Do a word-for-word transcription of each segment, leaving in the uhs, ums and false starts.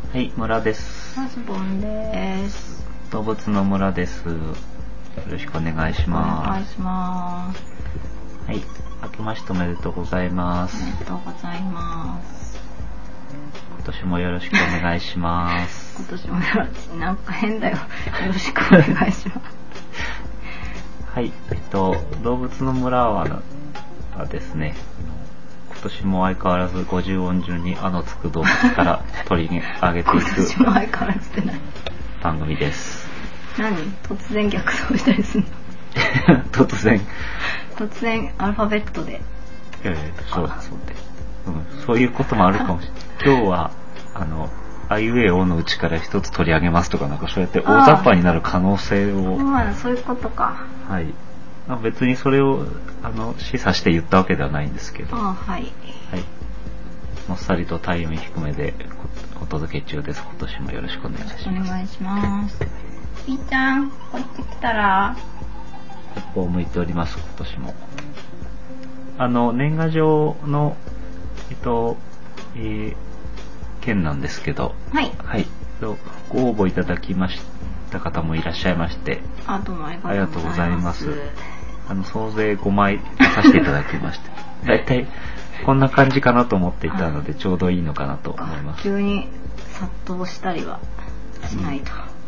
はい、村です。 マスボンです。 動物の村です。よろしくお願いします。 お願いします。 はい、明けましておめでとうございます。 おめでとうございます。 今年もよろしくお願いします。 今年もよろしく、なんか変だよ。よろしくお願いします。 はい、えっと動物の村ははですね、今年も相変わらずごじゅう音順にあのつく動物から取り上げていく今年も相変わらずってない番組です。 何？突然逆走したりするの？ 突然突然アルファベットで。 ええ、そうだそうで、うん、そういうこともあるかもしれない。今日はあのあいうえおのうちから一つ取り上げますとか、なんかそうやって大雑把になる可能性を、 まあそういうことか。 はい。別にそれをあの示唆して言ったわけではないんですけど、 あ、はい。 はい。もっさりとタイム低めで お, お届け中です。今年もよろしくお願いします。 お願いします。ピーちゃん、こっち来たら。 一方向いております。今年も。あの年賀状のえっと、えー、件なんですけど、 はい。 はい。ご応募いただきました方もいらっしゃいまして、 あ、どうもありありがとうございます。 ます。 あの総勢ごまい出させていただきまして、だいたいこんな感じかなと思っていたのでちょうどいいのかなと思います。 急に殺到したりはしないと、うん、はい。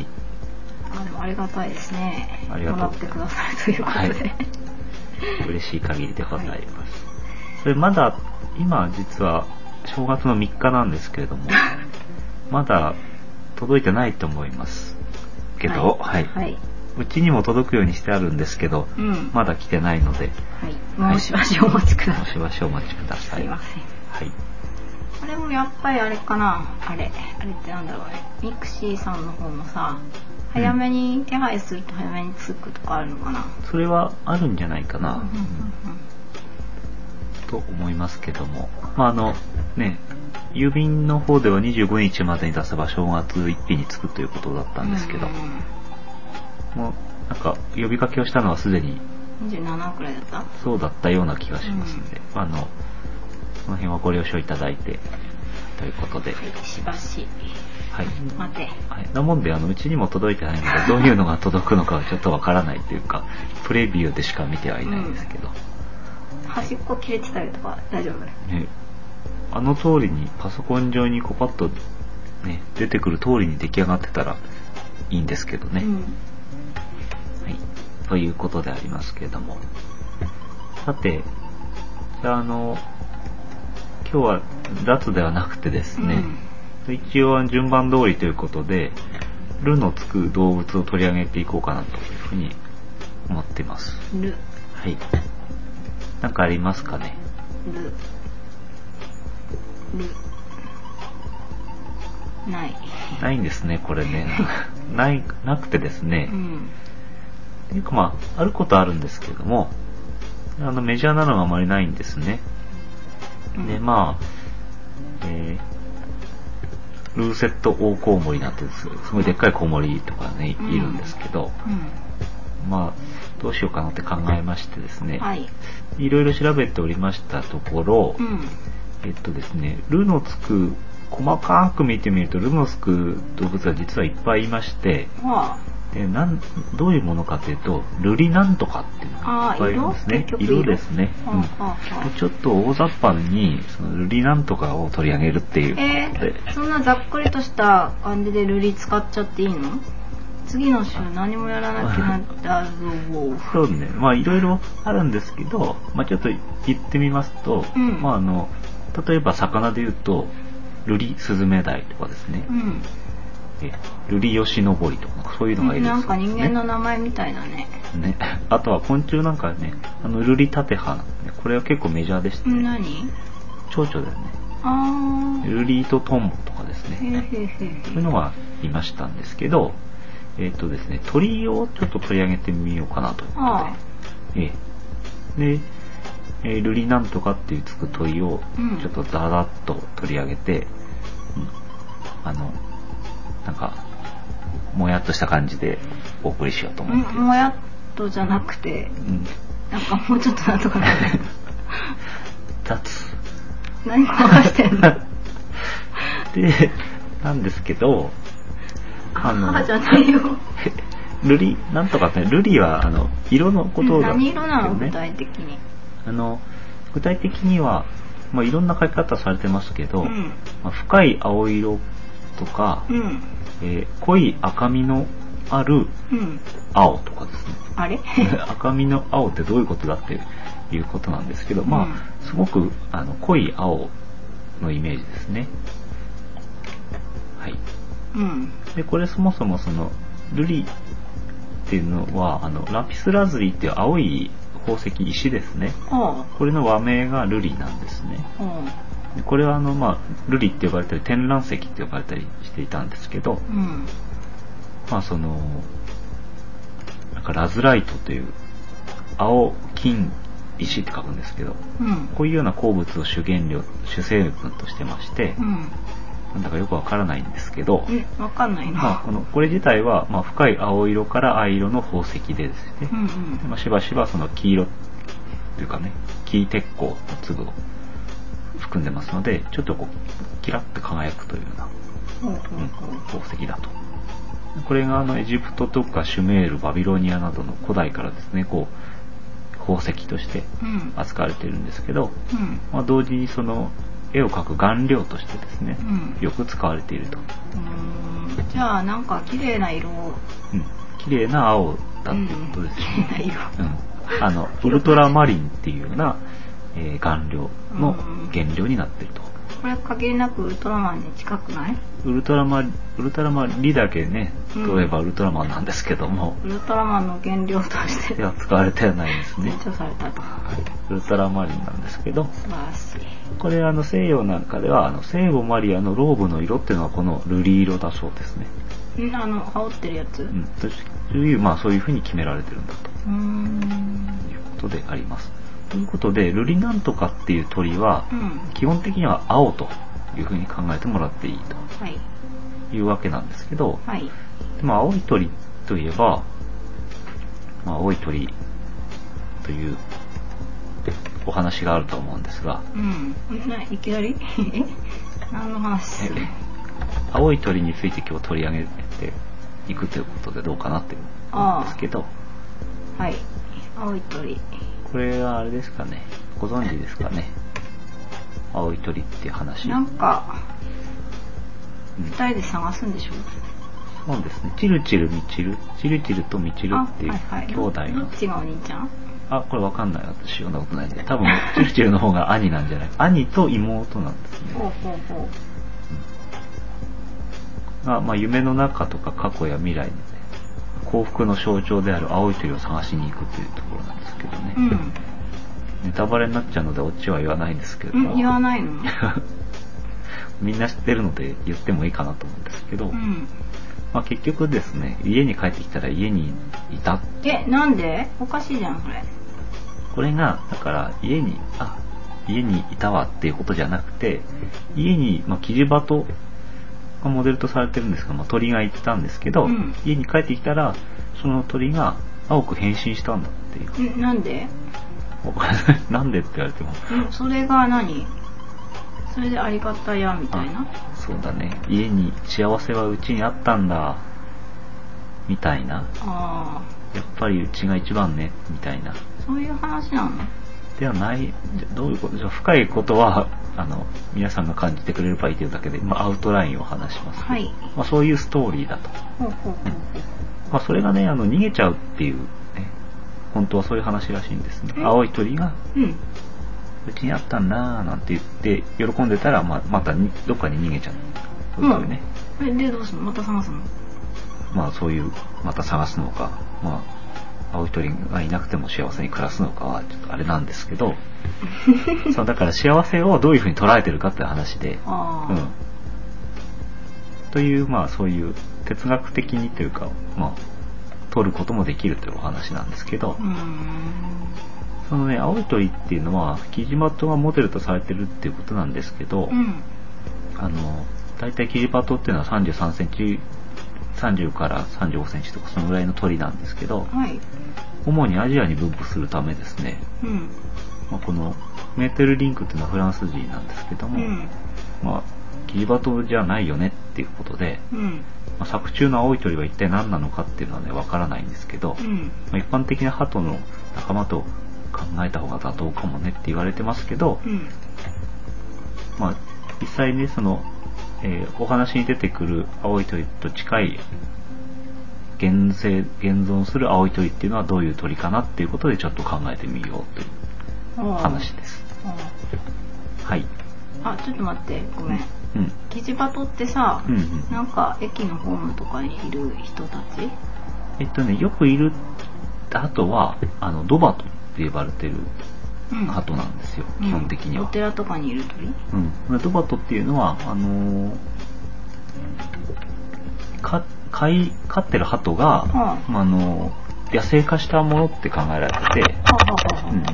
あ、でもありがたいですね。 ありがとうございます。 もらってくださるということで、 はい、嬉しい限りでございます。はい、それまだ今実は正月のみっかなんですけれどもまだ届いてないと思いますけど、はい、はい、うちにも届くようにしてあるんですけど、うん、まだ来てないので、 はい、もうしばしお待ちください。 もうしばしお待ちください。 すいません。 はい。 あれもやっぱりあれかな、あれあれってなんだろうね、ミクシーさんの方もさ、早めに手配すると早めに着くとかあるのかな。 それはあるんじゃないかな、 うんうんうんうん、 と思いますけども、まああのね、郵便の方ではにじゅうごにちまでに出せば正月一日に着くということだったんですけど、うんうん、もうなんか呼びかけをしたのはすでににじゅうななくらいだった？そうだったような気がしますので、うん、あのその辺はご了承いただいてということで、 はい、しばし、はい、待て、 はい、なもんであのうちにも届いてないのでどういうのが届くのかはちょっとわからないというかプレビューでしか見てはいないんですけど、 うん、端っこ切れてたりとか大丈夫ね。あの通りにパソコン上にこうパッとね出てくる通りに出来上がってたらいいんですけどね、うん、はい、ということでありますけれども、さてじゃああの今日は雑ではなくてですね、うん、一応順番通りということでルのつく動物を取り上げていこうかなというふうに思っています。 ル、 はい、なんかありますかね。 ルルないないんですね、これねないなくてですね、うん、っていうかまああることあるんですけども、あのメジャーなのはあまりないんですね、うん、でまあ、えー、ルーセットオオコウモリなんてすごいでっかいコウモリとかね、うん、いるんですけど、うん、まあどうしようかなって考えましてですね、はい、いろいろ調べておりましたところ、うん、えっとですね、ルのつく細かく見てみるとルのつく動物は実はいっぱいいまして、はあ、でなんどういうものかというとルリなんとかっていうのがいっぱいいるんですね。色, 色ですね、はあはあ、でちょっと大雑把にそのルリなんとかを取り上げるっていうことで、 えー、そんなざっくりとした感じでルリ使っちゃっていいの？次の週何もやらなきゃなってあるぞ。 そうね、まあいろいろあるんですけど、まあ、ちょっと言ってみますと、うん、まああの例えば魚で言うとルリスズメダイとかですね、うん、えルリヨシノボリとかそういうのがいるんですね、 なんか人間の名前みたいだね。 ね、あとは昆虫なんかね、あのルリタテハ、これは結構メジャーでして、ね、 何？ 蝶々だよね。 あー、 ルリイトトンボとかですね、 へへへへ、 そういうのがいましたんですけど、えっとですね、鳥をちょっと取り上げてみようかなということで、えで、えー、ルリなんとかっていうつく鳥をちょっとダダッと取り上げて、うん、あのなんかもやっとした感じでお送りしようと思って、 もやっとじゃなくて、うん、なんかもうちょっとなんとかなる雑何回してんので、 なんですけど、 あの、あじゃないよ。 瑠璃なんとかって瑠璃はあの色のことだ、 ね、何色なの具体的に。 あの具体的には、まあ、いろんな描き方されてますけど、 うん、 まあ、深い青色とか、 うんえー、濃い赤みのある青とかですね。 うん、あれ赤みの青ってどういうことだっていうことなんですけど、まあ、うん、すごくあの濃い青のイメージですね。はい。 うん、 でこれそもそもその瑠璃っていうのはあのラピスラズリっていう青い宝石石ですね。これの和名が瑠璃なんですね。でこれはあの、まあ、瑠璃って呼ばれたり天覧石って呼ばれたりしていたんですけど、 うん、 まあそのなんかラズライトという青金石って書くんですけど、 うん、 こういうような鉱物を主原料主成分としてまして、 うん、 なんだかよくわからないんですけど、 わかんないな。 まあ、このこれ自体は、まあ、深い青色から藍色の宝石でですね、 うんうん、 まあ、しばしばその黄色というかね、黄鉄鉱の粒を含んでますので、ちょっとこうキラッと輝くというような、うん、宝石だと。これがあのエジプトとかシュメール、バビロニアなどの古代からですね、こう宝石として扱われているんですけど、 うん、 まあ、同時にその絵を描く顔料としてですね、うん、よく使われていると。 うーん、じゃあなんか綺麗な色を、 うん、綺麗な青だっていうことですね。 綺麗な色。 うん、あのウルトラマリンっていうような、えー、顔料の原料になっていると。 これ限りなくウルトラマンに近くない？ ウルトラマウルトラマリだけね、例えばウルトラマンなんですけども、 うん、ウルトラマンの原料としてでは使われてはないですね。 珍重されたと。 はい、ウルトラマリンなんですけど、 素晴らしい。 これあの西洋なんかではあの聖母マリアのローブの色っていうのはこの瑠璃色だそうですね。 んあの羽織ってるやつ？ うん、というまあそういうふうに決められてるんだと。 うーんいうことであります。ということで瑠璃なんとかっていう鳥は、 うん、 基本的には青というふうに考えてもらっていいと、 はい、 いうわけなんですけど、 はい、 でまあ、青い鳥といえば、まあ、青い鳥というお話があると思うんですが、 うん、いきなりえ何の話するの？ 青い鳥について今日取り上げていくということでどうかなって思うんですけど、 はい、青い鳥、 これはあれですかね、ご存知ですかね、青い鳥っていう話。 なんか二人で探すんでしょ？ そうですね。チルチルミチル、チルチルとミチルっていう兄弟が、はいはい、 どっちがお兄ちゃん？ あ、これわかんない。私読んだことないんで、多分チルチルの方が兄なんじゃない。兄と妹なんですね。 ほうほうほう。うん、 まあ、まあ夢の中とか過去や未来にね、幸福の象徴である青い鳥を探しに行くというところなんですけどね。うん、ネタバレになっちゃうのでオチは言わないんですけども、 うん、言わないの？ みんな知ってるので言ってもいいかなと思うんですけど、 うん、 まあ、結局ですね、家に帰ってきたら家にいた。 え、なんで？おかしいじゃん、これ。 これが、だから家に、あ、家にいたわっていうことじゃなくて、家に、まあ、キジバトがモデルとされてるんですが、まあ、鳥がいたんですけど、うん、家に帰ってきたら、その鳥が青く変身したんだっていう。 んなんで？ なんでって言われても。 んそれが何？それでありがたやみたいな。 そうだね。家に幸せはうちにあったんだみたいな。 あやっぱりうちが一番ねみたいな。 そういう話なの？ ではない。どういうことでしょう。深いことはあの皆さんが感じてくれればいいというだけで、まあ、アウトラインを話しますけど、はい、まあ、そういうストーリーだと。 ほうほうほうほう。 まあ、それがねあの逃げちゃうっていうね、本当はそういう話らしいんですね。青い鳥が。うんうちにあったんだーなんて言って喜んでたら、まあ、またにどっかに逃げちゃう。そういうね。 うん、でどうするの？また探すの？ まあそういうまた探すのか、まあ青い鳥がいなくても幸せに暮らすのかはちょっとあれなんですけど、そうだから幸せをどういうふうに捉えてるかっていう話で、 あうん、というまあそういう哲学的にというかまあ取ることもできるというお話なんですけど。 うーんそのね、青い鳥っていうのはキジバトがモデルとされてるっていうことなんですけど、うん、あの大体キジバトっていうのはさんじゅうさんセンチさんじゅうからさんじゅうごセンチとかそのぐらいの鳥なんですけど、はい、主にアジアに分布するためですね、うんまあ、このメーテルリンクっていうのはフランス人なんですけども、うん、まあキジバトじゃないよねっていうことで、 うんまあ、作中の青い鳥は一体何なのかっていうのはねわからないんですけど、 うんまあ、一般的な鳩の仲間と考えた方が妥当かもねって言われてますけど、 うんまあ実際ねその、えーお話に出てくる青い鳥と近い現生現存する青い鳥っていうのはどういう鳥かなっていうことでちょっと考えてみようという話です。はい。 あ、ちょっと待って、ごめん。 うん。 キジバトってさ、 うんうん、 なんか駅のホームとかにいる人たち？ えっとね、よくいる鳩はあのドバトって呼ばれてる鳩なんですよ、うん、基本的には。 お寺とかにいる鳥？ うん。ドバトっていうのはあのー、か飼い飼ってる鳩が、はあ、あの野生化したものって考えられてて、はあはあうん、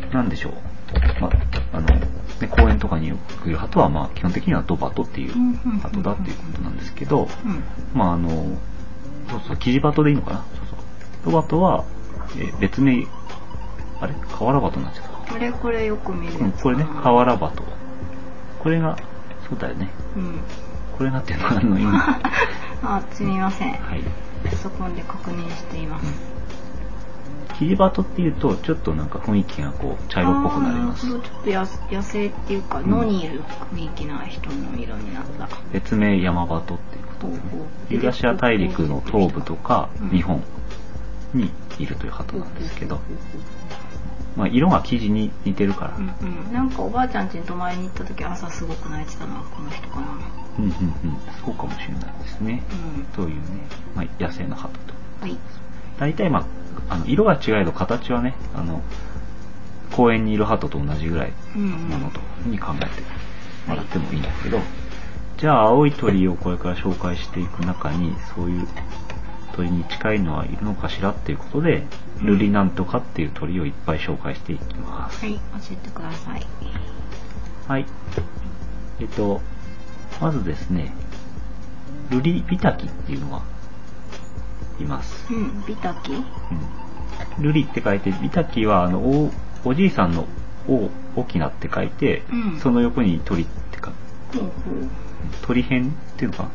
なんでしょう。まあのね、公園とかによくいる鳩は、まあ、基本的にはドバトっていう鳩だっていうことなんですけど、うん、まああのそうそうキジバトでいいのかな。そうそうドバトは、え別名あれカワラバトになっちゃった。 これこれよく見るやつかな、うん、 これねカワラバト。これがそうだよね。うん、これがっていうのはあの今あすみません。 はい。 パソコンで確認しています。うんキジバトっていうとちょっとなんか雰囲気がこう茶色っぽくなります。 ちょっとや野生っていうか、うん、野にいる雰囲気な人の色になった。 別名ヤマバトっていうことですね。ユーラシア大陸の東部とか日本にいるという鳩なんですけど、まあ、色が生地に似てるから、うんうん、なんかおばあちゃん家に泊まりに行った時朝すごく泣いてたのはこの人かな。 うんうんうんそうかもしれないですね、うん、というね、まあ、野生の鳩と、はい、大体まああの色が違えど形はねあの公園にいる鳩と同じぐらいのものというふうに考えてもらってもいいんだけど、はい、じゃあ青い鳥をこれから紹介していく中にそういう鳥に近いのはいるのかしらっていうことで、うん、ルリなんとかっていう鳥をいっぱい紹介していきます。 はい、教えてください。 はい。えっとまずですねルリビタキっていうのはいます。 うん、ビタキ？うん。 ルリって書いて、ビタキはあの お, おじいさんのお大きなって書いて、うん、その横に鳥って書く。うん、鳥辺っていうのか、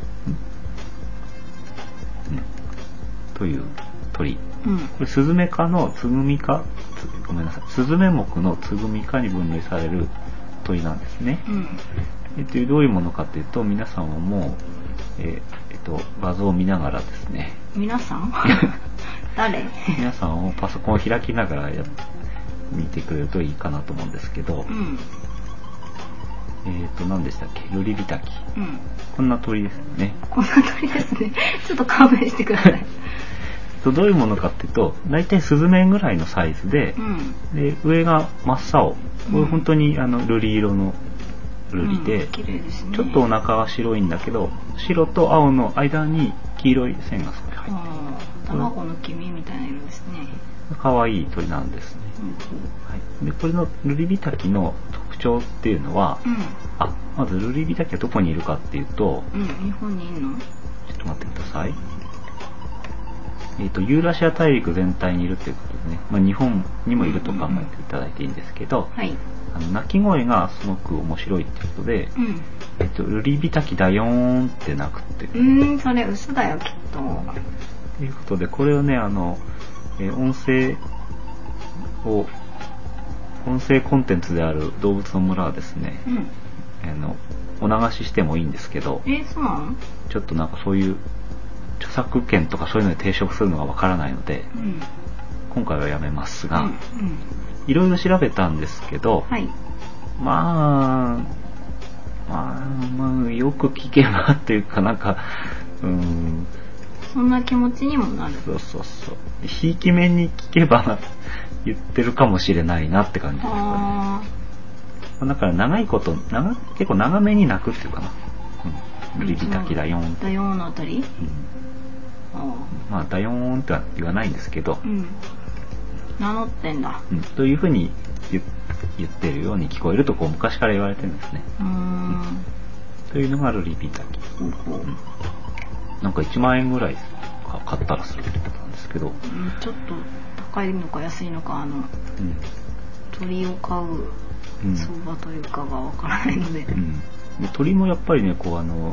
うんうん、という鳥。うん、これスズメ科のツグミ科、ごめんなさい、スズメ目のツグミ科に分類される鳥なんですね。うん、えっとどういうものかというと皆さんはもうえーえっと、画像を見ながらですね皆さん誰皆さんをパソコンを開きながらや見てくれるといいかなと思うんですけど、うん、えっと何でしたっけルリビタキ、うん、こんな鳥ですね。 こんな鳥ですねちょっと勘弁してくださいどういうものかっていうと大体スズメぐらいのサイズで、うん、で上が真っ青、これ本当にあの瑠璃色のルリで、 うん、綺麗ですね。 ちょっとお腹は白いんだけど白と青の間に黄色い線が少し入ってる。 卵の黄身みたいな色ですね。 可愛い鳥なんですね、うんはい、でこれのルリビタキの特徴っていうのは、うん、あまずルリビタキはどこにいるかっていうと、 うん、日本にいるの？ちょっと待ってください。えーと、ユーラシア大陸全体にいるっていうことでね、まあ、日本にもいると考えていただいていいんですけど、うんうんうんはいあの鳴き声がすごく面白いってことで、うんえっと、ルリビタキだよーんって鳴くってうーんそれ嘘だよきっとということでこれをねあの、えー、音声を音声コンテンツである動物の村はですね、うん、あのお流ししてもいいんですけどえー、そうなの？ ちょっとなんかそういう著作権とかそういうのに抵触するのがわからないので、うん、今回はやめますが、うんうんいろいろ調べたんですけど、はい、まあ、まあ、まあ、よく聞けばっていうかなんか、うん、 そんな気持ちにもなる。 そうそうそう。ひいき目に聞けば言ってるかもしれないなって感じですかね。だから長いこと長結構長めに鳴くっていうかな。うん。ルリビタキだよん。 だよんのあたり？うん、 あまあだよんっては言わないんですけど。うん名乗ってんだ、 うん、というふうに 言, 言ってるように聞こえるとこう昔から言われてるんですね。うーん、うん、というのがルリビタキ、うん、なんかいちまんえんぐらいか買ったらするってことなんですけど、うん、 ちょっと高いのか安いのかあの、うん、鳥を買う相場というかがわからないので、 うんうん、で鳥もやっぱりねこうあの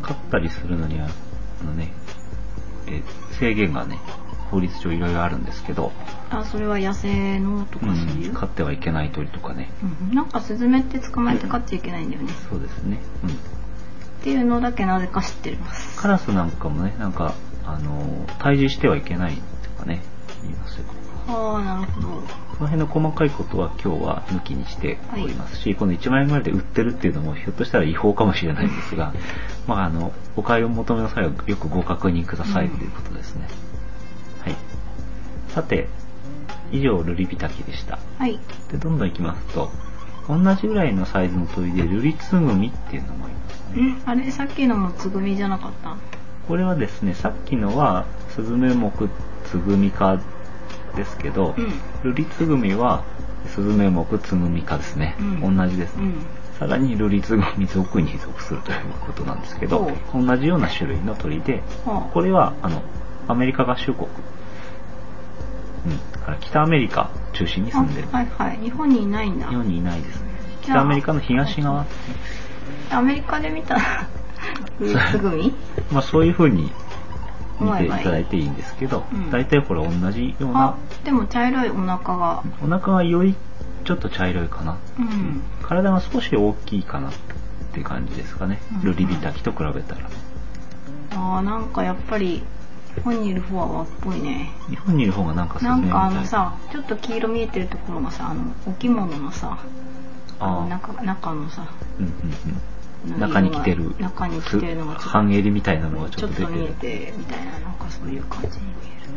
飼ったりするのにはあのね、え制限がね法律上いろいろあるんですけど、 あ、それは野生のとかそういう、 うん、飼ってはいけない鳥とかね、 うん、なんかスズメって捕まえて飼っちゃいけないんだよね。 そうですね、うん、 っていうのだけなぜか知ってます。 カラスなんかもね、なんかあの退治してはいけないとかね言いますよ。 はあ、なるほど。 その辺の細かいことは今日は抜きにしておりますし、はい、このいちまん円ぐらいで売ってるっていうのもひょっとしたら違法かもしれないんですがまああのお買い求めの際はよくご確認ください、うん、ということですね。はい。さて以上ルリビタキでした。 はい。 でどんどんいきますと、同じぐらいのサイズの鳥でルリツグミっていうのもいますね。 んあれさっきのもツグミじゃなかった？ これはですね、さっきのはスズメ目ツグミ科ですけど、うん、ルリツグミはスズメ目ツグミ科ですね、うん、同じですね、うん、さらにルリツグミ属に属するということなんですけど、同じような種類の鳥で、これはあのアメリカ合衆国、うん、から北アメリカ中心に住んでる。 はいはい、日本にいないんだ。 日本にいないですね。北アメリカの東側、ね、 アメリカで見たルリツグミまあそういう風に見ていただいていいんですけど、うん、大体これ同じような。 でも茶色いお腹が。 お腹がよりちょっと茶色いかな、うん、体が少し大きいかなっていう感じですかね、うんうん、ルリビタキと比べたら。 ああ、なんかやっぱり日本にいる方は和っぽいね。 日本にいる方がなんかスズメみたいな。 なんかあのさ、ちょっと黄色見えてるところがさ、あのお着物のさ、あの中中のさ、 うんうんうん、中に着てる中に着てるのがちょっと半襟みたいなのがちょっと出てる、 ちょっと見えてみたいな、なんかそういう感じに見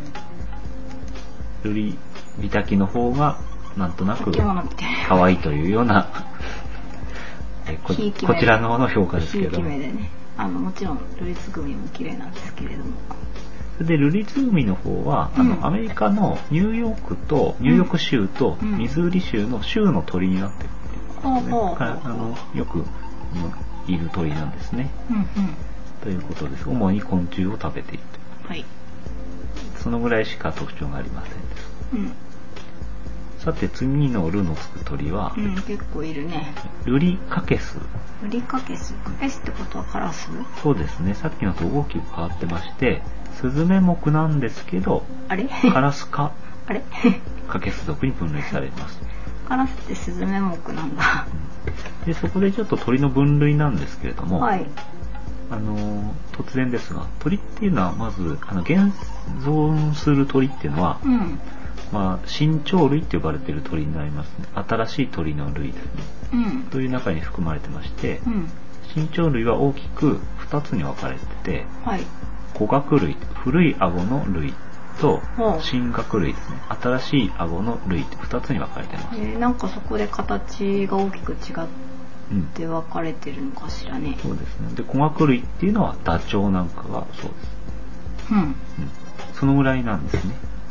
える。ルリビタキの方がなんとなく可愛いというようなえ こ, こちらの方の評価ですけども、 ひいき目でね、あのもちろんルリツグミも綺麗なんですけれども、 それでルリツグミの方は、うん、あのアメリカのニューヨークとニューヨーク州とミズーリ州の州の鳥になってるっていうことですね、うん、あのよくいる鳥なんですね、うんうん、ということです。主に昆虫を食べていると、はい、そのぐらいしか特徴がありませんです、うん、さて次のルのつく鳥は、 うん、結構いるね。 ルリカケス。 ルリカケス、カケスってことはカラス？ そうですね、さっきのと大きく変わってまして、スズメ目なんですけど、 あれカラス科あれカケス属に分類されます。 カラスってスズメ目なんだ。 でそこでちょっと鳥の分類なんですけれども、 はい、 あの突然ですが、鳥っていうのはまずあの現存する鳥っていうのは、うん、まあ、新鳥類って呼ばれている鳥になりますね。新しい鳥の類ですね、うん、という中に含まれてまして、うん、新鳥類は大きくふたつに分かれてて、はい、古顎類、古い顎の類と新顎類ですね、新しい顎の類ってふたつに分かれてます。 えー、なんかそこで形が大きく違って分かれてるのかしらね、 うん、そうですね。で古顎類っていうのはダチョウなんかがそうです、うんうん、そのぐらいなんですね、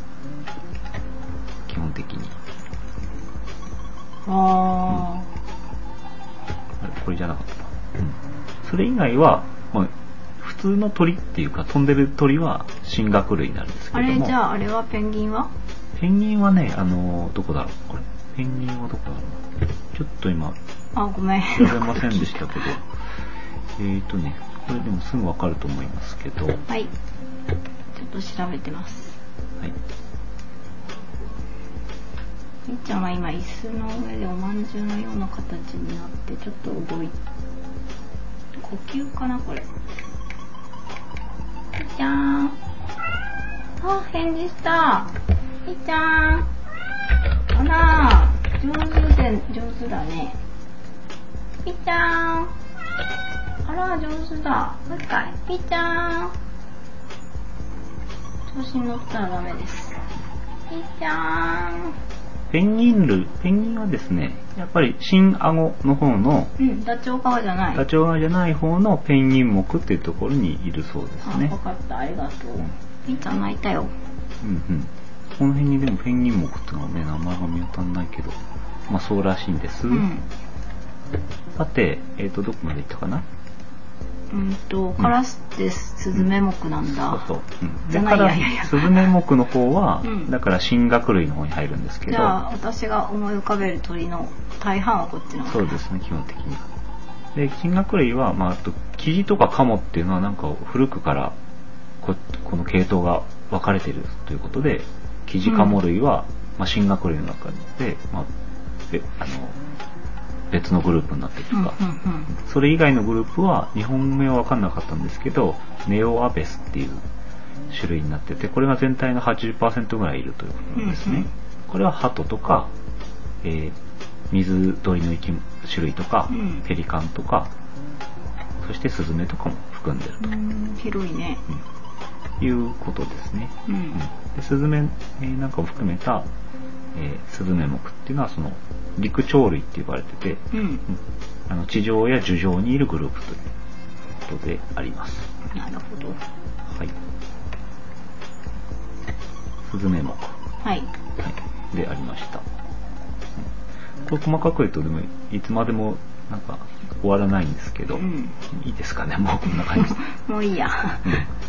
基本的に。ああ、うん、これじゃなかった、うん、それ以外は、まあ、普通の鳥っていうか飛んでる鳥は新顎類になるんですけども。 あれじゃああれはペンギンは？ ペンギンはね、あのどこだろう、これペンギンはどこだろう、ちょっと今あごめん調べませんでしたけどえーとねこれでもすぐわかると思いますけど、 はい、ちょっと調べてます。はい、みっちゃんは今椅子の上でおまんじゅうのような形になってちょっと動いて、呼吸かなこれ。みっちゃん、あ、返事した。みっちゃん、あら上手で上手だね。みっちゃん、あら上手だ。もう一回、みっちゃん、調子に乗ったらダメです。みっちゃん。 ペンギン類、ペンギンはですね、やっぱり新顎の方の、 うん、ダチョウ側じゃない。 ダチョウ側じゃない方のペンギン目っていうところにいるそうですね。 あ、分かった、ありがとう。みっちゃん泣いたよ。 うんうん。この辺にでもペンギン目っていうのはね、名前が見当たらないけど、まあそうらしいんです。うん、さて、えっと、どこまで行ったかな？ うんと、カラスってスズメ目なんだ。 うん、そうそう。うん、じゃない、いやいやいや。スズメ目の方は、うん、だから新顎類の方に入るんですけど。 じゃあ、私が思い浮かべる鳥の大半はこっちの方。 そうですね、基本的に。で、新顎類は、まあ、あとキジとかカモっていうのはなんか古くから こ, この系統が分かれているということで、キジカモ類は、うんまあ、進学類の中で、まあ、べあの別のグループになってるとか、 うんうんうん、 それ以外のグループは日本名は分かんなかったんですけど、ネオアベスっていう種類になってて、これが全体の はちじゅっパーセント ぐらいいるということなんですね。うんうん、これはハトとか、えー、水鳥の生き種類とか、うん、ペリカンとか、そしてスズメとかも含んでると。 うん広いね、 うん。いうことですね。 うんうん、 でスズメ、えー、なんかを含めた、えー、スズメ目っていうのはその陸鳥類って呼ばれてて、 うんうん、 あの地上や樹上にいるグループということであります。 なるほど。 はい。スズメ目、 はい、はい、 でありました。これ細かく言うとでもいつまでもなんか終わらないんですけど、うん、いいですかね、もうこんな感じもういいや、 うん、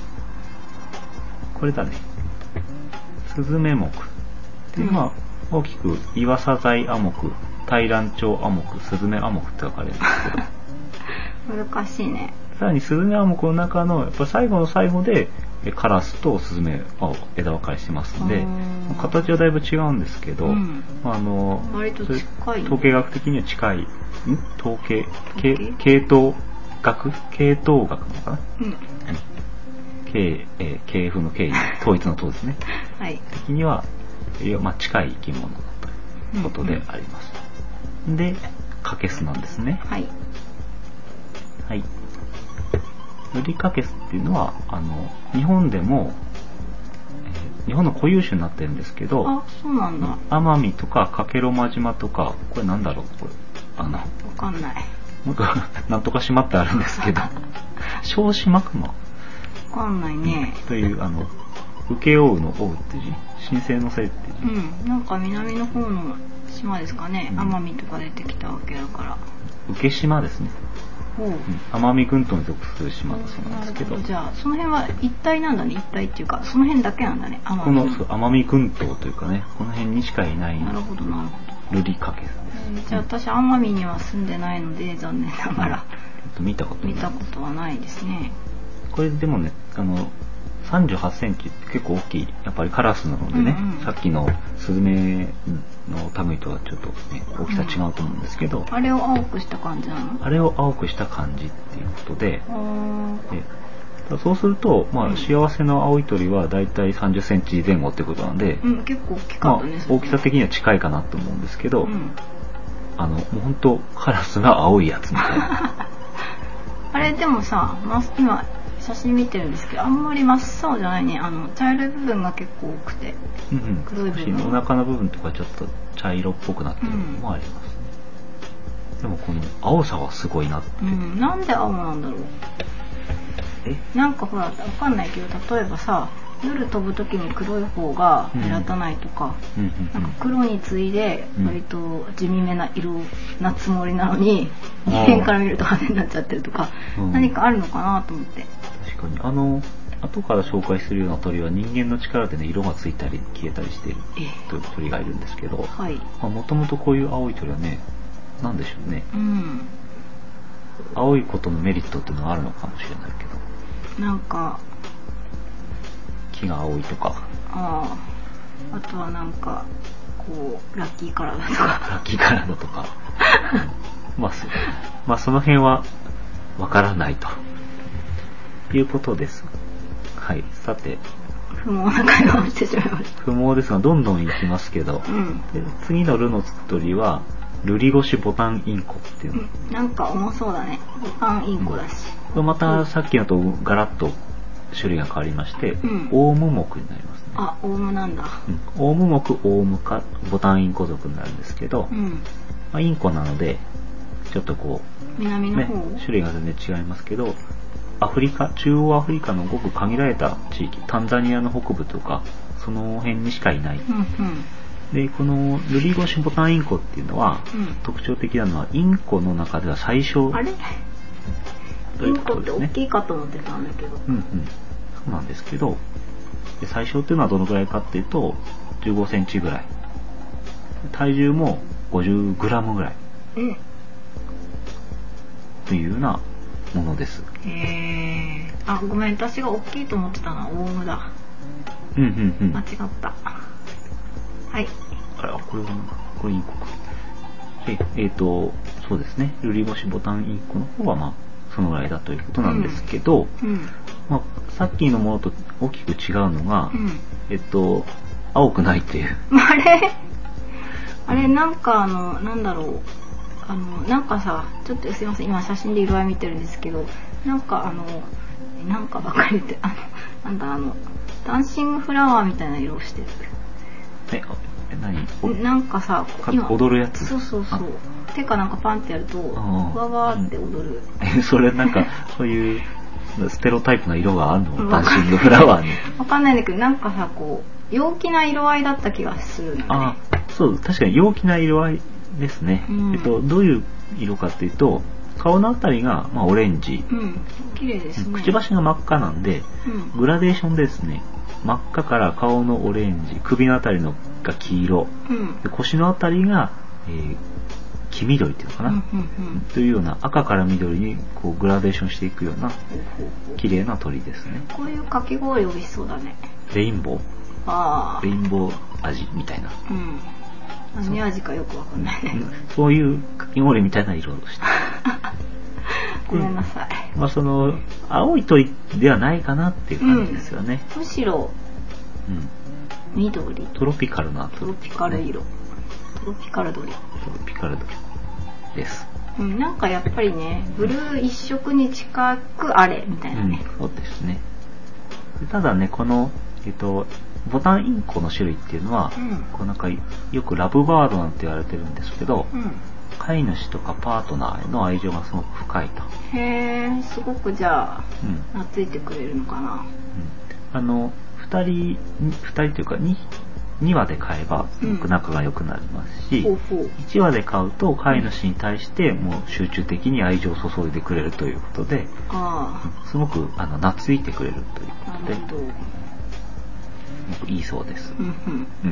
これだね、スズメ目っていうのは大きく岩サザイア目、タイランチョウア目、スズメア目って分かれるんですけど難しいね。 さらにスズメア目の中のやっぱ最後の最後でカラスとスズメを枝分かれしてますんで、形はだいぶ違うんですけど、うん、あの割と近い、 統計学的には近い、ん統計系統学系統学なのかな、うん、系、えー、系譜の系に統一の統ですね、 はい、 的にはいや、まあ、近い生き物だということであります、うんうん、でカケスなんですね。 はい、 はい、ルリカケスっていうのはあの日本でも、えー、日本の固有種になってるんですけど、 あ、そうなんだ。 奄美とか加計呂麻島とか、これなんだろう、これあのわかんない、 なんかなんとか島ってあるんですけど小島かな、 わかんないね、 うん、というあの請負うの負うって字、神聖のせいって字、 うん、なんか南の方の島ですかね、奄美、うん、とか出てきたわけだから、 請島ですね。うん、奄美群島に属する島だそうなんですけど、 じゃあその辺は一帯なんだね、一帯っていうかその辺だけなんだね、 奄美この奄美群島というかね、この辺にしかいない。 なるほどなるほど、ルリカケスです、 えー、じゃあ私奄美には住んでないので残念ながら、 うん、見たこと見たことはないですね。 これでもね、あのさんじゅうはちセンチって結構大きい、やっぱりカラスなのでね、うんうん、さっきのスズメの類とはちょっとね大きさ違うと思うんですけど、 うん、あれを青くした感じなの？ あれを青くした感じっていうことで、でそうすると、まあ、うん、幸せの青い鳥はだいたいさんじゅっセンチ前後ってことなんで、 うん、結構大きかったね、 まあ、大きさ的には近いかなと思うんですけど、 うん、 あのもう本当カラスが青いやつみたいなあれでもさ、ま、今写真見てるんですけど、あんまり真っ青じゃないね。あの茶色い部分が結構多くて、 うんうん、黒い部分、お腹の部分とかちょっと茶色っぽくなってるのもありますね、うん、でもこの青さはすごいなって、うん、 なんで青なんだろう。えなんかほらわかんないけど、例えばさ、夜飛ぶ時に黒い方が目立たないとか、うんうんうん、なんか黒に次いで割と地味めな色なつもりなのに、うん、人間から見ると派手になっちゃってるとか、うん、何かあるのかなと思って。 確かに、あの後から紹介するような鳥は人間の力でね色がついたり消えたりしているという鳥がいるんですけど、もともとこういう青い鳥はね、なんでしょうね、うん、青いことのメリットっていうのはあるのかもしれないけど、 なんか木が青いとか、 ああ、あとはなんかこうラッキーカラーだとかラッキーカラーだとか、うん、まあそまあその辺はわからないということです。はい、さて不毛な会話をしてしまいました。 不毛ですがどんどんいきますけど、うん、で次のルのつく鳥はルリゴシボタンインコっていうの、 うん、なんか重そうだね、ボタンインコだし、 うん、これまたさっきのとガラッと種類が変わりまして、うん、オウム目になりますね。 あ、オウムなんだ、 うん、オウム目、オウム科ボタンインコ属になるんですけど、うん、まあ、インコなのでちょっとこう南の方、 ね、種類が全然違いますけど、アフリカ、中央アフリカのごく限られた地域、タンザニアの北部とかその辺にしかいない、うんうん、でこのルリゴシボタンインコっていうのは、うん、特徴的なのはインコの中では最小あれということですね。インコって大きいかと思ってたんだけど、 うんうん、そうなんですけど、で最小っていうのはどのぐらいかっていうとじゅうごセンチぐらい、体重もごじゅうグラムぐらい、うん、というようなものです。 へえ。あ、ごめん、私が大きいと思ってたのはオウムだ。 うんうんうん。 間違った。はい。 あら、これはこれインコか。で、えっ、ー、とそうですね。ルリボシボタンインコの方はまあそのぐらいだということなんですけど、 うんうん、 まあさっきのものと大きく違うのが、 うん、 えっと青くないっていう。 あれあれなんかあのなんだろう。あのなんかさ、ちょっとすいません、今写真で色合い見てるんですけど、なんかあのなんかばかりってあのなんだあのダンシングフラワーみたいな色をしてる。 え、え何？ なんかさ、今踊るやつ？ そうそうそう。手かなんかパンってやるとわわーって踊る。 え、それなんかそういうステロタイプな色があるの？ダンシングフラワーに。 わかんないんだけど、なんかさこう陽気な色合いだった気がするのね。 あ、そう、確かに陽気な色合いですね。うん、えっとどういう色かっていうと、顔のあたりがまあオレンジ。 うん、綺麗ですね。 くちばしが真っ赤なんで、うん、グラデーションですね。真っ赤から顔のオレンジ、首のあたりのが黄色、うん、で腰のあたりが、えー、黄緑っていうのかな、うんうんうん、というような赤から緑にこうグラデーションしていくような綺麗な鳥ですね。 こういうかき氷美味しそうだね。 レインボー、 あレインボー味みたいな。 うん、何味かよくわかんないね。 そういうかき氷みたいな色をして。 ごめんなさい。 まあその青い鳥ではないかなっていう感じですよね。 うん、むしろ、うん、緑。 トロピカルな鳥、ね、トロピカル色。トロピカル鳥。トロピカル鳥です。 うん、なんかやっぱりね、ブルー一色に近くあれみたいなね。 うん、そうですね。ただね、このえっとボタンインコの種類っていうのは、うん、こうなんかよくラブバードなんて言われてるんですけど。うん、飼い主とかパートナーへの愛情がすごく深いと。 へー、すごくじゃあ、うん、懐いてくれるのかな。うん、 あのふたりふたりというか 2, にわで飼えばすごく仲が良くなりますし、うん、ほうほういちわで飼うと飼い主に対してもう集中的に愛情を注いでくれるということで、あ、すごくあの懐いてくれるということで、すごくいいそうです。うんうんうん、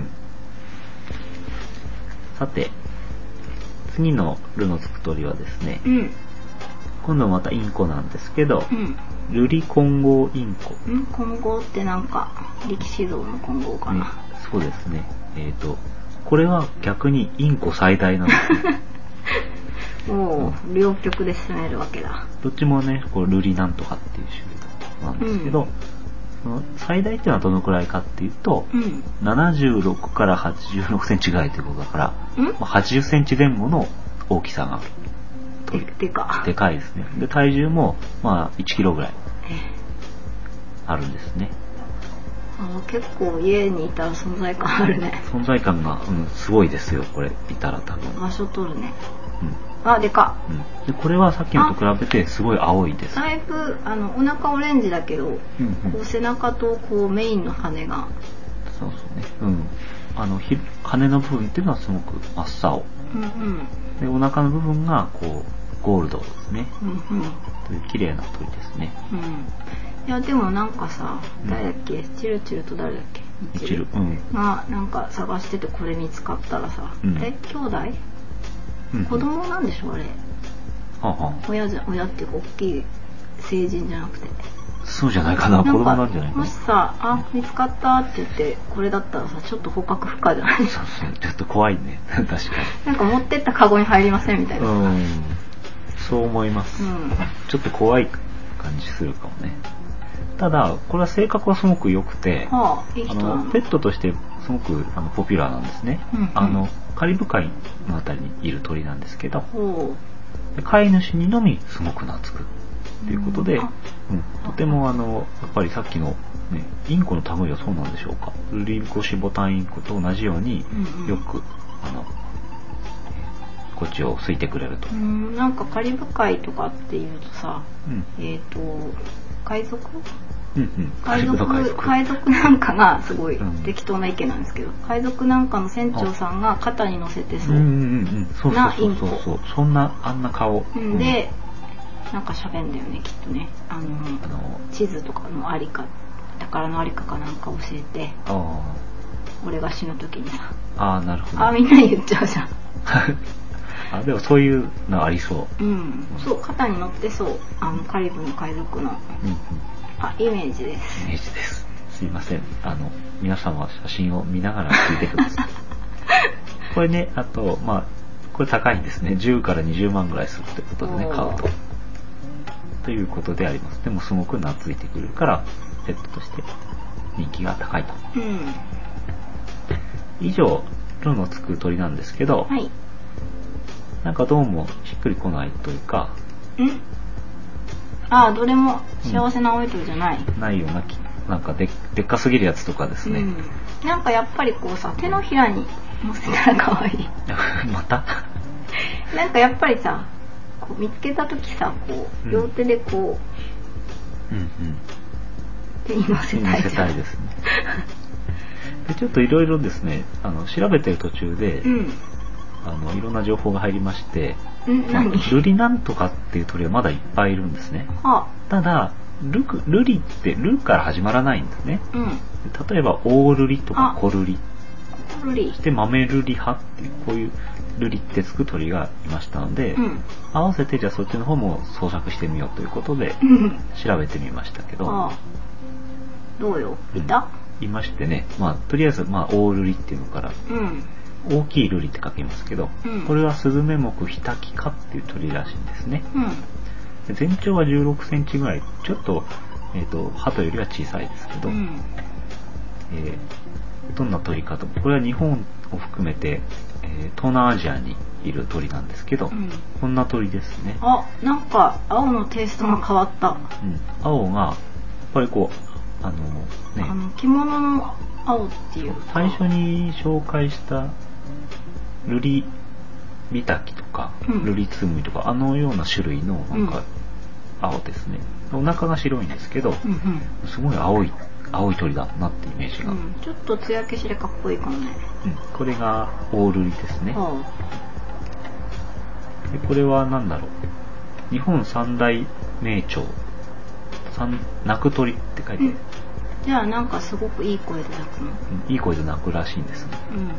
さて次のルのつく鳥はですね、うん、今度またインコなんですけど、うん、ルリ混合インコ。 ん混合ってなんか力士像の混合かな、ね、 そうですね。えっとこれは逆にインコ最大なんですね。 おお、うん、両極で進めるわけだ。 どっちもねこうルリなんとかっていう種類なんですけど、うん、その最大っていうのはどのくらいかっていうと、うん、ななじゅうろくからはちじゅうろくセンチぐらいということだから、まあ、はちじゅっセンチ前後の大きさがある鳥。 でかでかいですね。で体重もまあいちキロぐらいあるんですね。 あ、結構家にいたら存在感あるね。 存在感が、うん、すごいですよこれいたら多分。 場所取るね。うん、あ、でかっ、 うん、でこれはさっきのと比べてすごい青いです。 だいぶあのお腹オレンジだけど、うんうん、こう背中とこうメインの羽がそうそうね、うん、あのひ羽の部分っていうのはすごく真っ青、うんうん、でお腹の部分がこうゴールドですね、うんうん、という綺麗な鳥ですね、うん、 いやでもなんかさ、誰だっけ、チルチルと誰だっけ、 ミチル、うん、 がなんか探しててこれ見つかったらさ、うん、え兄弟、うん、子供なんでしょあれ、はあはあ、親じゃ親っていうか大きい成人じゃなくて、 そうじゃないかな、子供なんじゃないかな。 もしさ、あ、見つかったって言ってこれだったらさ、ちょっと捕獲不可じゃない？ そうそう、ちょっと怖いね。確かに。 なんか持ってったカゴに入りませんみたいな。うん、 そう思います、うん。ちょっと怖い感じするかもね。ただこれは性格はすごく良くて、はあ、いい人なの。あのペットとしてすごくあのポピュラーなんですね。うんうん、あのカリブ海のあたりにいる鳥なんですけど、飼い主にのみすごく懐くということで、うんうん、とてもあのやっぱりさっきの、ね、インコの類はそうなんでしょうか。ルリゴシボタンインコと同じようによく、うんうん、あのこっちを好いてくれると。 うん、なんかカリブ海とかっていうとさ、うん、えっと海賊、うんうん、海賊海賊なんかがすごい適当な意見なんですけど、うん、海賊なんかの船長さんが肩に乗せてそうなインコ、 そんなあんな顔、 うん、でなんか喋んだよねきっとね、あの、あの地図とかのありか宝のありかかなんか教えて、俺が死ぬ時にさ、 あ、なるほど、 あ、みんな言っちゃうじゃん。 あ、でもそういうのありそう。 うん、そう、肩に乗ってそう、あのカリブの海賊の、うんうん、あ、イメージです。 イメージです。すいません、あの皆さんは写真を見ながら聞いてください。これね、あとまあこれ高いんですね。じゅうからにじゅうまんぐらいするということでね、買うとということであります。でもすごく懐いてくるからペットとして人気が高いと、うん、以上ルのつく鳥なんですけど、はい、なんかどうもしっくりこないというか、 んああ、どれも幸せな青い鳥じゃない、 うん、ないような、なんか で, でっかすぎるやつとかですね、うん、 なんかやっぱりこうさ、手のひらに乗せたら可愛いまたなんかやっぱりさ、こう見つけた時さ、こう両手でこう、うんうんうん、手に乗せたいじゃん。 手に乗せたいですね。でちょっといろいろですね、あの調べてる途中で、うん、あのいろんな情報が入りまして、 うんまあ、ルリなんとかっていう鳥はまだいっぱいいるんですね。はあ、ただルクルリってルから始まらないんですね。うん、例えばオオルリとかコルリ、 ルリそしてマメルリ派っていうこういうルリってつく鳥がいましたので、うん、合わせてじゃあそっちの方も捜索してみようということで調べてみましたけど、 ああ、どうよ、いた、 うん、いましてね、まあとりあえずまあオオルリっていうのから、うん、大きいルリって書きますけど、うん、これはスズメ目ヒタキ科っていう鳥らしいんですね、うん、全長はじゅうろくセンチぐらい、ちょっと、えーと、鳩よりは小さいですけど、うん、えー、どんな鳥かと、これは日本を含めて、えー、東南アジアにいる鳥なんですけど、うん、こんな鳥ですね。 あ、なんか青のテイストが変わった、うん、 青がやっぱりこうあのね、 あの着物の青っていうか、 最初に紹介したルリビタキとか、うん、ルリツムイとかあのような種類のなんか青ですね、うん、お腹が白いんですけど、うんうん、すごい青い青い鳥だなってイメージが、うん、 ちょっと艶消しでかっこいいかもね、 うん、これがオオルリですね、はあ、でこれは何だろう、日本三大名鳥、鳴く鳥って書いてある、うん、 じゃあなんかすごくいい声で鳴くの、 うん、いい声で鳴くらしいんですね、うん、うん、えー、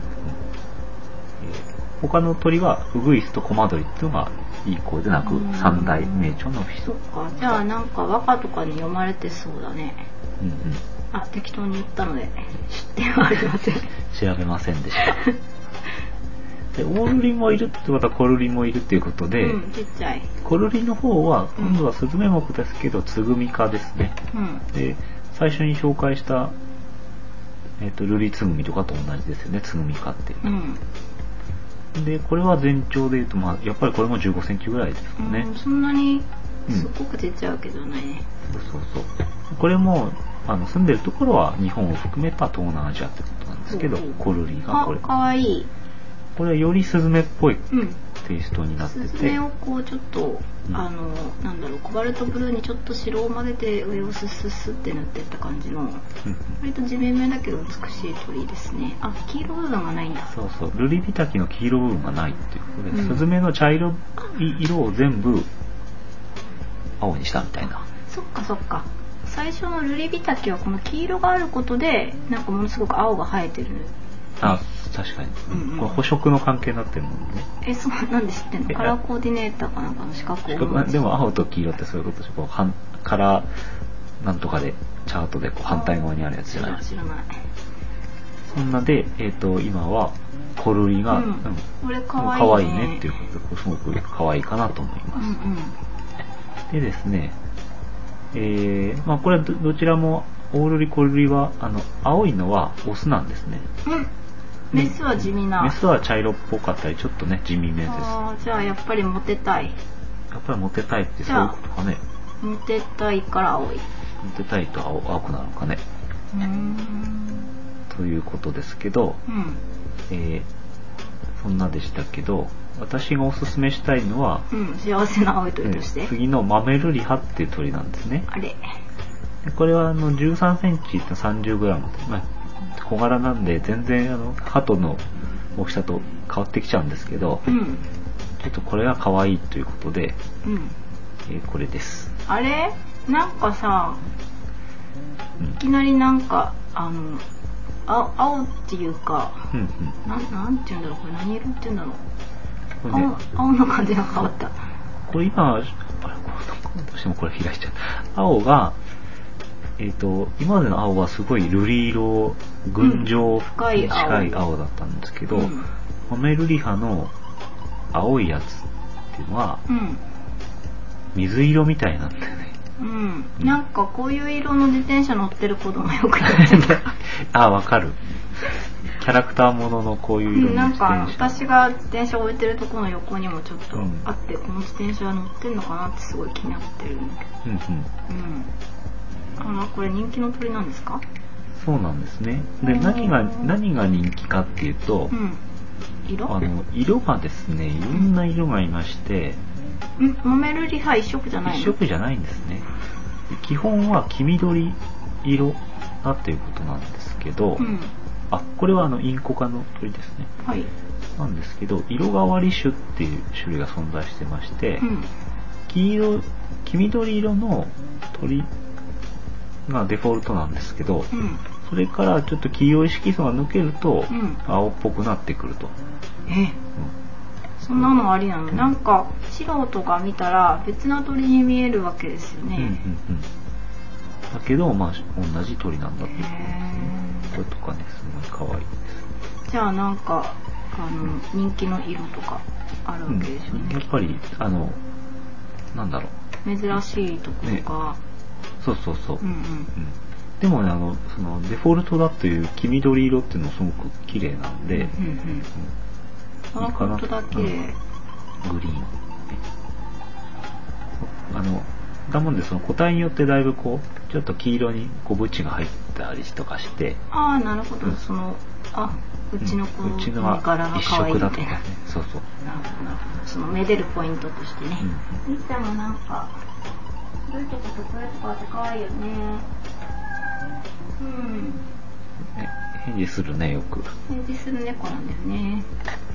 他の鳥はウグイスとコマドリっていうのがいい声で鳴く三大名鳥の一つ。 そっか、じゃあなんか和歌とかに読まれてそうだね、うんうん、あ、適当に言ったので知ってはありません調べませんでしたでオオルリもいるってことはコルリもいるっていうことで、 うん、ちっちゃいコルリの方は今度はスズメ目ですけど、ツグミ科ですね、うん、で最初に紹介した、えー、とルリツグミとかと同じですよね、ツグミ科っていう、うん、でこれは全長でいうと、まあ、やっぱりこれもじゅうごセンチぐらいですかね、 うん、そんなにすごくちっちゃいわけじゃないね、 うん、そうそうそう、これもあの住んでるところは日本を含めた東南アジアってことなんですけど、コルリがこれかわいい、 これはよりスズメっぽいテイストになってて、 スズメをこうちょっと、うん、あのなんだろう、コバルトブルーにちょっと白を混ぜて上をスッスッスって塗ってった感じの、うん、割と地面目だけど美しい鳥ですね。あ、黄色部分がないんだ。 そうそう、ルリビタキの黄色部分がないっていうことで、うん、スズメの茶色い色を全部青にしたみたいな。 そっかそっか、最初のルリビタキはこの黄色があることでなんかものすごく青が生えてる、ね、 あ、確かに、うんうん、これ補色の関係になってるもんね。 え、そうなんで知ってんの？カラーコーディネーターかなんかの資格を持つ。 でも青と黄色ってそういうことでしょ、こうカラーなんとかでチャートでこう反対側にあるやつじゃない。 知らない。 そんなで、えー、と今はコルリが、うんうん、 これかわいいね。 かわいいねっていうことですごくかわいいかなと思います、うんうん、でですね、えーまあ、これは ど, どちらもオオルリコルリはあの青いのはオスなんですね、うん、 メスは地味な、 メスは茶色っぽかったりちょっとね地味めです。 あ、じゃあやっぱりモテたい、 やっぱりモテたいってそういうことかね。 モテたいから青い、 モテたいと 青, 青くなるのかね、うーんということですけど、うん、えー、そんなでしたけど私がおすすめしたいのは、 うん、幸せな青い鳥として、 えー、次のマメルリハっていう鳥なんですね。 あれでこれはあのじゅうさんセンチとさんじゅうグラム、まあ、小柄なんで全然あの鳩の大きさと変わってきちゃうんですけど、うん、ちょっとこれが可愛いということで、うん、えー、これです。 あれなんかさ、うん、いきなりなんかあのあ青っていうか、うんうん、な, なんていうんだろう、これ何色っていうんだろう、 これね、 青、青の感じが変わった。 これ今、あれ、どうしてもこれ開いちゃった。青が、えっ、ー、と、今までの青はすごい瑠璃色、群青に近い青だったんですけど、うん、ホメルリハの青いやつっていうのは、うん、水色みたいなんだよね。 うん。なんかこういう色の自転車乗ってる子供よくやってた。あ、わかる。キャラクターもののこういう色の自転車。 なんか私が自転車を置いてるところの横にもちょっとあって、うん、この自転車乗ってんのかなってすごい気になってるんだけど。うんうん。うんあのこれ人気の鳥なんですか？ そうなんですね。で何が何が人気かっていうと、うん、 色？ あの色がですねいろんな色がいまして、 うん、ホメルリハ一色じゃないの？ 一色じゃないんですね。基本は黄緑色だっていうことなんですけど、うん、あこれはあのインコ科の鳥ですね。はい。なんですけど色変わり種っていう種類が存在してまして、うん、黄色黄緑色の鳥がデフォルトなんですけど、うん、それからちょっと黄色い色素が抜けると、うん、青っぽくなってくると。 え、うん、そんなのありなの？なんか素人が見たら別な鳥に見えるわけですよね。うんうんうん、 だけどまあ同じ鳥なんだっていうことですね。これとかねすごい可愛いです。 じゃあなんかあの人気の色とかあるわけでしょうね。 うん、やっぱりあのなんだろう珍しいところが。ねそうそうそう。うんうんうん、でもね、あの、そのデフォルトだという黄緑色っていうのすごく綺麗なんで、うんうんうん、いいかな。本当だ綺麗、うん。 グリーン、ね。あの、だもんでその個体によってだいぶこうちょっと黄色にこうブチが入ったりとかして。 ああなるほど、うん、そのあうちの子の柄が可愛いみたいな。一色だとかね。そうそう。なるほどなるほど。そのめでるポイントとしてね。み、うん、っちゃんもなんか。そういうとことこれとかって可愛いよね。うん。 ね、返事するねよく。 返事する猫なんだよね。ね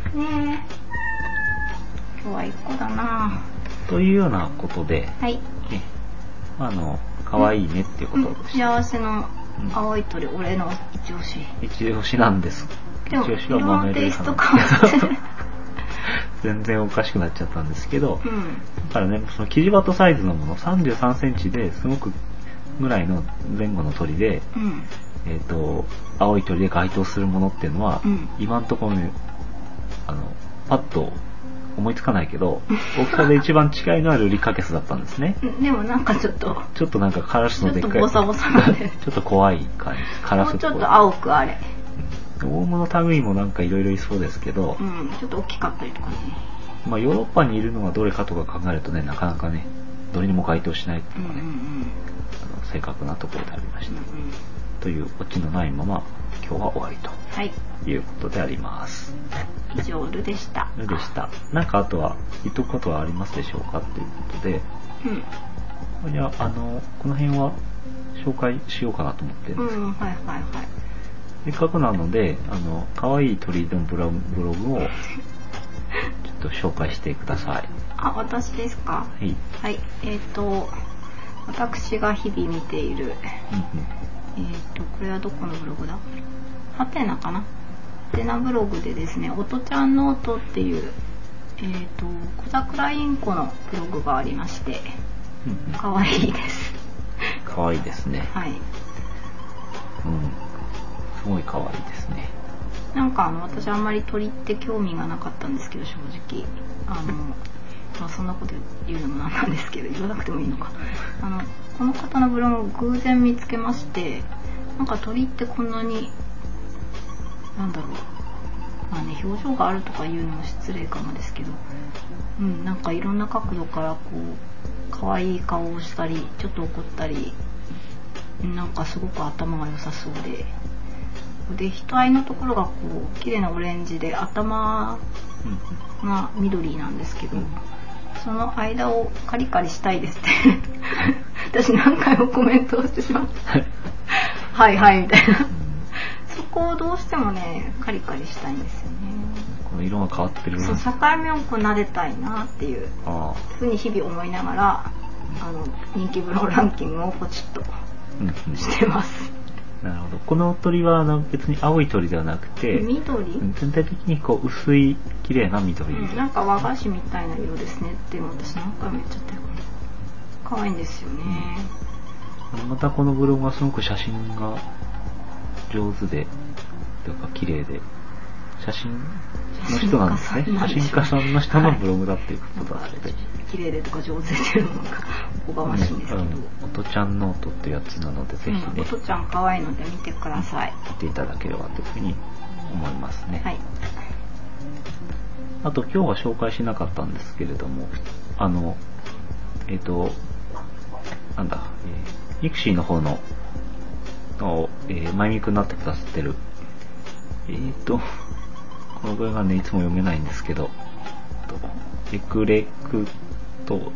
え。今日は一個だな。 というようなことで、はい。ね、あの可愛いねっていうことでした。 幸せの青い鳥、うん、俺の一押し。 一押しなんです。 でも一押しはマメルリハなんです。 全然おかしくなっちゃったんですけど、うん、だからねそのキジバトサイズのものさんじゅうさんセンチですごくぐらいの前後の鳥で、うん、えっ、ー、と青い鳥で該当するものっていうのは、うん、今のところねあのパッと思いつかないけど大きさで一番近いのはルリカケスだったんですね。 でもなんかちょっとちょっとなんかカラスのでっかいちょっとボサボサなんでちょっと怖い感じカラスっぽい。 もうちょっと青くあれ。 オウムの類もなんかいろいろいそうですけど、 うん、ちょっと大きかったりとかね。 まあヨーロッパにいるのはどれかとか考えるとねなかなかねどれにも該当しないとかね、うんうんうん、あの正確なところでありました、うんうん、というオチのないまま今日は終わりと、はい、いうことであります。 以上ルでしたルでした。なんかあとは言っとくことはありますでしょうかということで、うん、いやあのこの辺は紹介しようかなと思ってるんですけど、うん、はいはいはい。せっかくなのであの可愛い鳥のブログをちょっと紹介してください。 あ、私ですか。はい。はい。えっ、ー、と私が日々見ている、うんうん、えっ、とこれはどこのブログだ？ハテナかな。ハテナブログでですね、おとちゃんノートっていうえっ、ー、と小桜インコのブログがありまして、うんうん、可愛いです。 可愛いですね。はい。うん。すごい可愛いですね。 なんかあの私あんまり鳥って興味がなかったんですけど正直あの、まあ、そんなこと言うのもなんなんですけど言わなくてもいいのかあのこの方のブログを偶然見つけましてなんか鳥ってこんなになんだろうまあね表情があるとか言うのも失礼かもですけどうんなんかいろんな角度からこう可愛い顔をしたりちょっと怒ったりなんかすごく頭が良さそうでで額のところがこう綺麗なオレンジで頭が緑なんですけど、うん、その間をカリカリしたいですって私何回もコメントをしてしまったはいはいみたいなそこをどうしてもねカリカリしたいんですよね。 この色が変わってるそう境目をこう撫でたいなっていうふうに日々思いながらあの人気ブログランキングをポチッとしてます、 なるほど。この鳥はあの別に青い鳥ではなくて、 緑？ 全体的にこう薄い綺麗な緑、 うん、なんか和菓子みたいな色ですねって私何回も言っちゃったよ。可愛いんですよね。 うん、またこのブログはすごく写真が上手でというか綺麗で、写真の人なんですね。写真家さんの人のブログだっていうことだって。 綺麗でとか上手でっていうのがおこがましいんですけど、うん、 おとちゃんノートってやつなのでぜひね、 うん、おとちゃん可愛いので見てください、 見ていただければというふうに思いますね。 はい。 あと今日は紹介しなかったんですけれども、あのえっ、ー、となんだ、えー、ミクシーの方のの、えー、マイミクになってくださってるえっ、ー、とこの文がねいつも読めないんですけど、エクレクと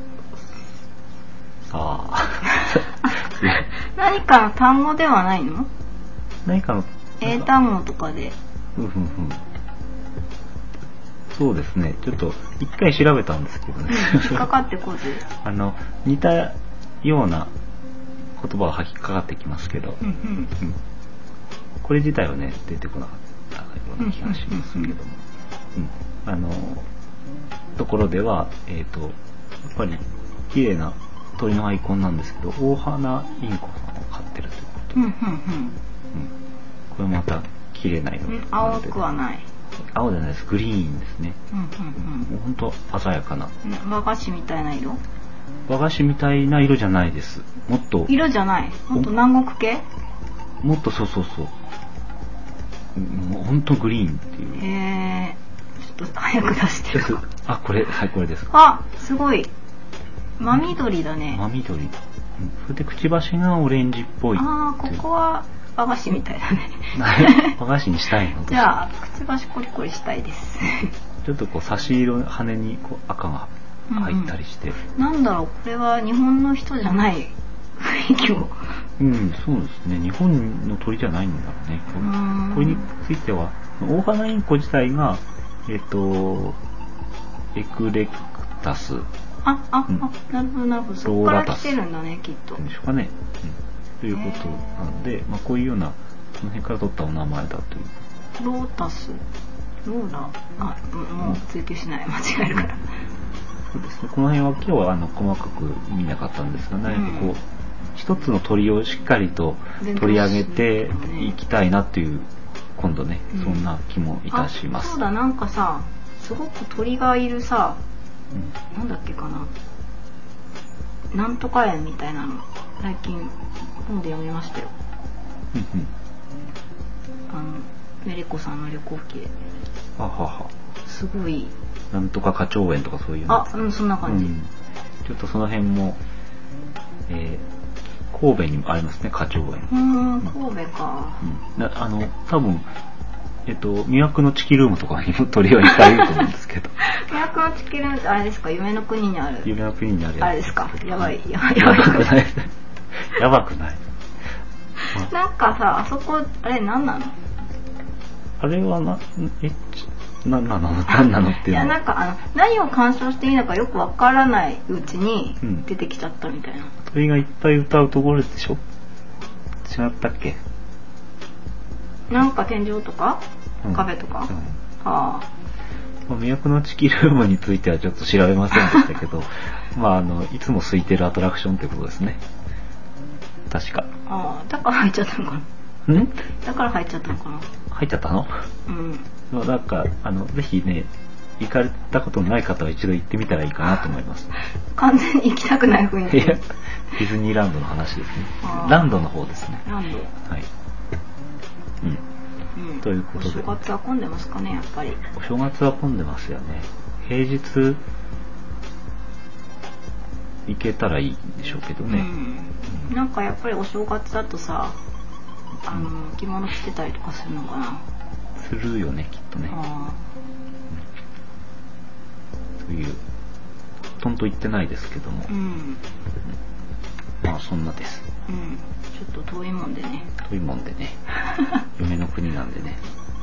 さあ何かの単語ではないの？ 何かの英単語とかで。 うんうんうん。そうですね。ちょっと一回調べたんですけどね。 引っかかってこず。あの似たような言葉が引っかかってきますけど、 うんうんうん、 これ自体はね出てこなかったような気がしますけども、うん、あのところではえっ、ー、とやっぱり綺麗な鳥のアイコンなんですけど、大花インコさんを飼ってるということで、うんうんうんうん、これまた綺麗な色、 うん、青くはない。 青じゃないです、グリーンですね。 うんうんうん、 もう本当鮮やかな、 うん、和菓子みたいな色？ 和菓子みたいな色じゃないです。もっと色じゃない。もっと南国系？ もっとそうそうそう。もう本当グリーンっていう。 へえ。ちょっと早く出してよ。 あ、これはいこれです。 あ、すごい。真緑だね。 真緑。うん、それでくちばしがオレンジっぽい。 ああ、ここは和菓子みたいだね。 和菓子にしたいの？ じゃあくちばしコリコリしたいです。 ちょっとこう差し色羽にこう赤が入ったりして、 うんうん、なんだろう、これは日本の人じゃない雰囲気を。 うん、そうですね。日本の鳥じゃないんだろうね。これについては大花インコ自体がえっ、ー、とエクレクタス。 あ、あ、うん、あ、なるほどなるほど。そこから来てるんだね、きっと。 でしょうかね。うん、ということなので、まあこういうようなその辺から取ったお名前だという。 ロータス、ローラ、あ、もう追求しない、間違えるから。 そうですね。この辺は今日はあの細かく見なかったんですが、何かこう、うん、一つの鳥をしっかりと取り上げていきたいなという、今度ね、うん、そんな気もいたします。 そうだ、なんかさ、すごく鳥がいるさ、うん、なんだっけかな、なんとか園みたいなの最近本で読みましたよ。うんうん、あのメレコさんの旅行記で。 あはは。 すごい。 なんとか花鳥園とかそういうの。 あ、うん、そんな感じ。うん、 ちょっとその辺も、えー、神戸にもありますね、花鳥園。 うん、神戸か。 うん、あの多分。えっと、魅惑のチキルームとかにも鳥はいっぱいいると思うんですけど。 魅惑のチキルームってあれですか、夢の国にある。 夢の国にあるやつ。 あれですか、やばい、やばい、やばくない。やばくない。 なんかさ、あそこ、あれ何なの？ あれはな、え、何なの何なのっていうの。 いや、なんかあの、何を鑑賞していいのかよくわからないうちに出てきちゃったみたいな。うん、 鳥がいっぱい歌うところでしょ？違ったっけ？ なんか天井とか、うん、カフェとか、うん、はあ。 まあ、魅惑のチキルームについてはちょっと調べませんでしたけど、まああのいつも空いてるアトラクションということですね。確か。 ああ、だから入っちゃったのかな。ん？だから入っちゃったのかな。 入っちゃったの？うん。まあなんかあのぜひね、行かれたことのない方は一度行ってみたらいいかなと思います。 完全に行きたくない雰囲気。 ディズニーランドの話ですね。ランドの方ですね。 ランド。 はい。うん。うん、ということで。 お正月は混んでますかね、やっぱり。 お正月は混んでますよね。平日行けたらいいんでしょうけどね。 うん、なんかやっぱりお正月だとさ、あの、うん、着物着てたりとかするのかな。 するよね、きっとね。あ、うん、という、ほとんど行ってないですけども。うん、まあそんなです。 うん、ちょっと遠いもんでね。 遠いもんでね。夢の国なんでね。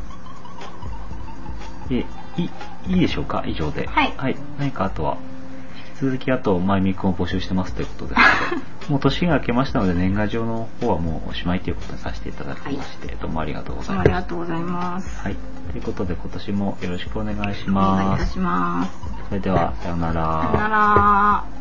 え、いい、いいでしょうか、以上で。 はい。 はい。何かあとは、引き続きあと、マイミクを募集してますということですけど、 もう年が明けましたので、年賀状の方はもうおしまいということにさせていただきまして、はい、どうもありがとうございます。 ありがとうございます。 はい。ということで、今年もよろしくお願いします。 お願いいたします。 それでは、さようなら。 さようなら。